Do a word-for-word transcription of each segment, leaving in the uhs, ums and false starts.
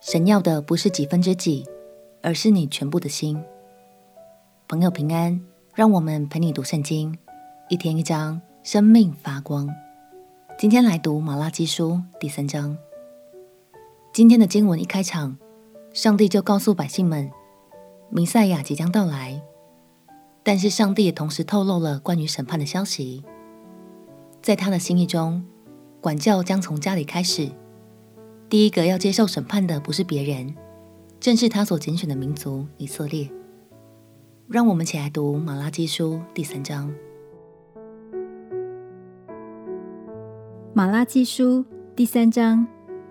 神要的不是几分之几，而是你全部的心。朋友平安，让我们陪你读圣经，一天一章，生命发光。今天来读马拉基书第三章。今天的经文一开场，上帝就告诉百姓们，弥赛亚即将到来，但是上帝也同时透露了关于审判的消息。在他的心意中，管教将从家里开始，第一个要接受审判的不是别人，正是他所拣选的民族以色列。让我们一起来读马拉基书第三章。 马拉基书第三章。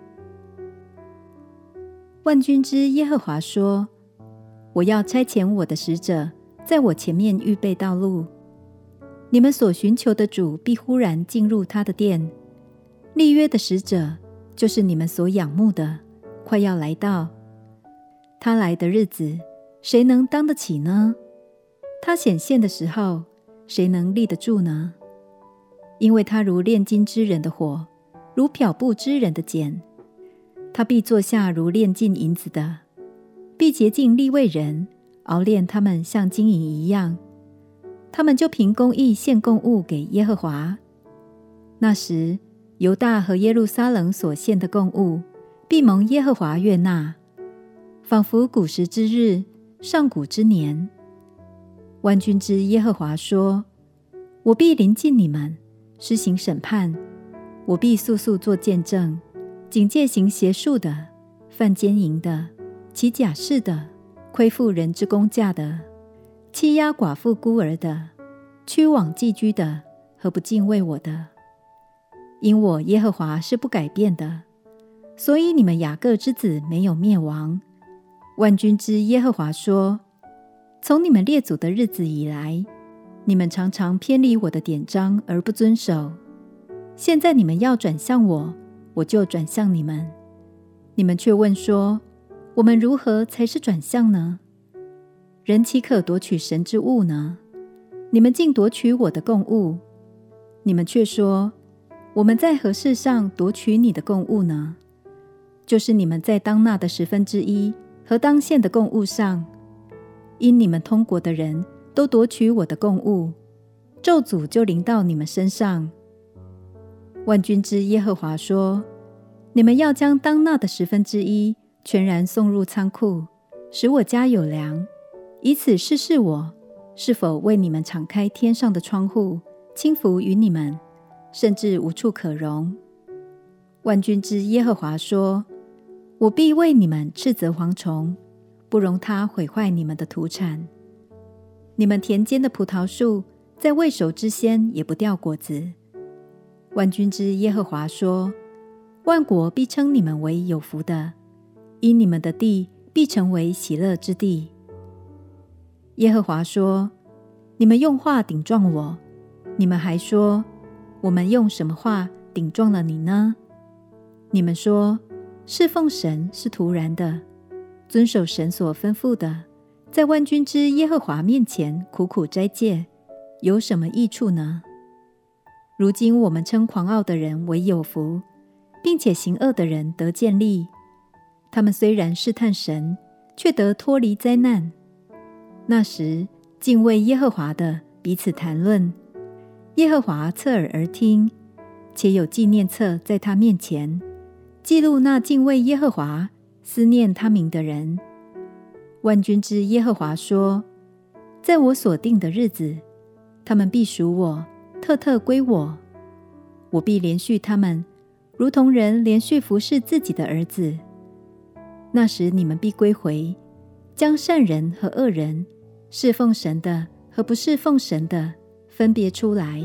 万军之耶和华说，我要差遣我的使者在我前面预备道路，你们所寻求的主必忽然进入他的殿，立约的使者就是你们所仰慕的，快要来到。他来的日子，谁能当得起呢？他显现的时候，谁能立得住呢？因为他如炼金之人的火，如漂布之人的碱，他必坐下如炼尽银子的，必洁净利未人，熬炼他们像金银一样。他们就凭公义献供物给耶和华。那时，犹大和耶路撒冷所献的供物，必蒙耶和华悦纳，仿佛古时之日，上古之年。万军之耶和华说，我必临近你们，施行审判，我必速速做见证，警戒行邪术的，犯奸淫的，起假誓的，亏负人之公价的，欺压寡妇孤儿的，屈枉寄居的，和不敬畏我的。因我耶和华是不改变的，所以你们雅各之子没有灭亡。万军之耶和华说，从你们列祖的日子以来，你们常常偏离我的典章而不遵守。现在你们要转向我，我就转向你们。你们却问说，我们如何才是转向呢？人岂可夺取神之物呢？你们竟夺取我的供物。你们却说，我们在何事上夺取你的供物呢？就是你们在当纳的十分之一和当献的供物上，因你们通国的人都夺取我的供物，咒诅就临到你们身上。万军之耶和华说，你们要将当纳的十分之一全然送入仓库，使我家有粮，以此试试我是否为你们敞开天上的窗户，倾福于你们，甚至无处可容。万军之耶和华说，我必为你们斥责蝗虫，不容它毁坏你们的土产。你们田间的葡萄树在未熟之先也不掉果子。万军之耶和华说，万国必称你们为有福的，因你们的地必成为喜乐之地。耶和华说，你们用话顶撞我，你们还说，我们用什么话顶撞了你呢？你们说，侍奉神是徒然的，遵守神所吩咐的，在万军之耶和华面前苦苦斋戒，有什么益处呢？如今我们称狂傲的人为有福，并且行恶的人得建立。他们虽然试探神，却得脱离灾难。那时，敬畏耶和华的彼此谈论，耶和华侧耳而听，且有纪念册在他面前，记录那敬畏耶和华、思念他名的人。万军之耶和华说，在我所定的日子，他们必属我，特特归我。我必连续他们，如同人连续服侍自己的儿子。那时你们必归回，将善人和恶人，侍奉神的和不侍奉神的分别出来。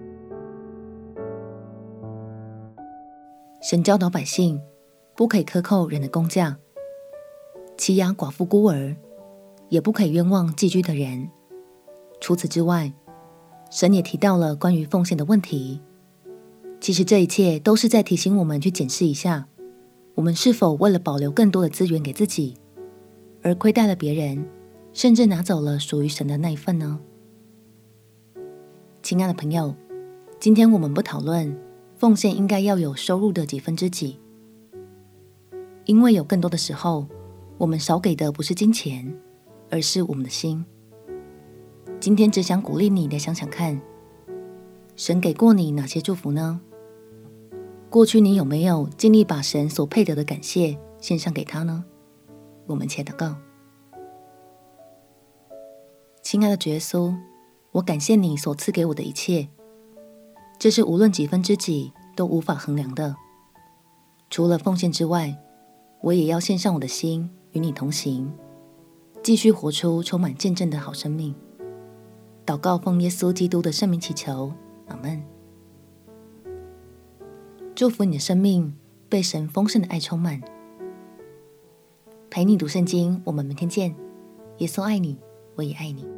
神教导百姓，不可以克扣人的工价，欺压寡妇孤儿，也不可以冤枉寄居的人。除此之外，神也提到了关于奉献的问题。其实这一切都是在提醒我们去检视一下，我们是否为了保留更多的资源给自己，而亏待了别人，甚至拿走了属于神的那一份呢？亲爱的朋友，今天我们不讨论奉献应该要有收入的几分之几， 因为有更多的时候，我们少给的不是金钱，而是我们的心。今天只想鼓励你来想想看，神给过你哪些祝福呢？过去你有没有尽力把神所配得的感谢献上给他呢？我们且祷告。亲爱的主耶稣，我感谢你所赐给我的一切，这是无论几分之几都无法衡量的。除了奉献之外，我也要献上我的心与你同行，继续活出充满见证的好生命。祷告奉耶稣基督的圣名祈求，阿们。祝福你的生命被神丰盛的爱充满。陪你读圣经，我们明天见。耶稣爱你，我也爱你。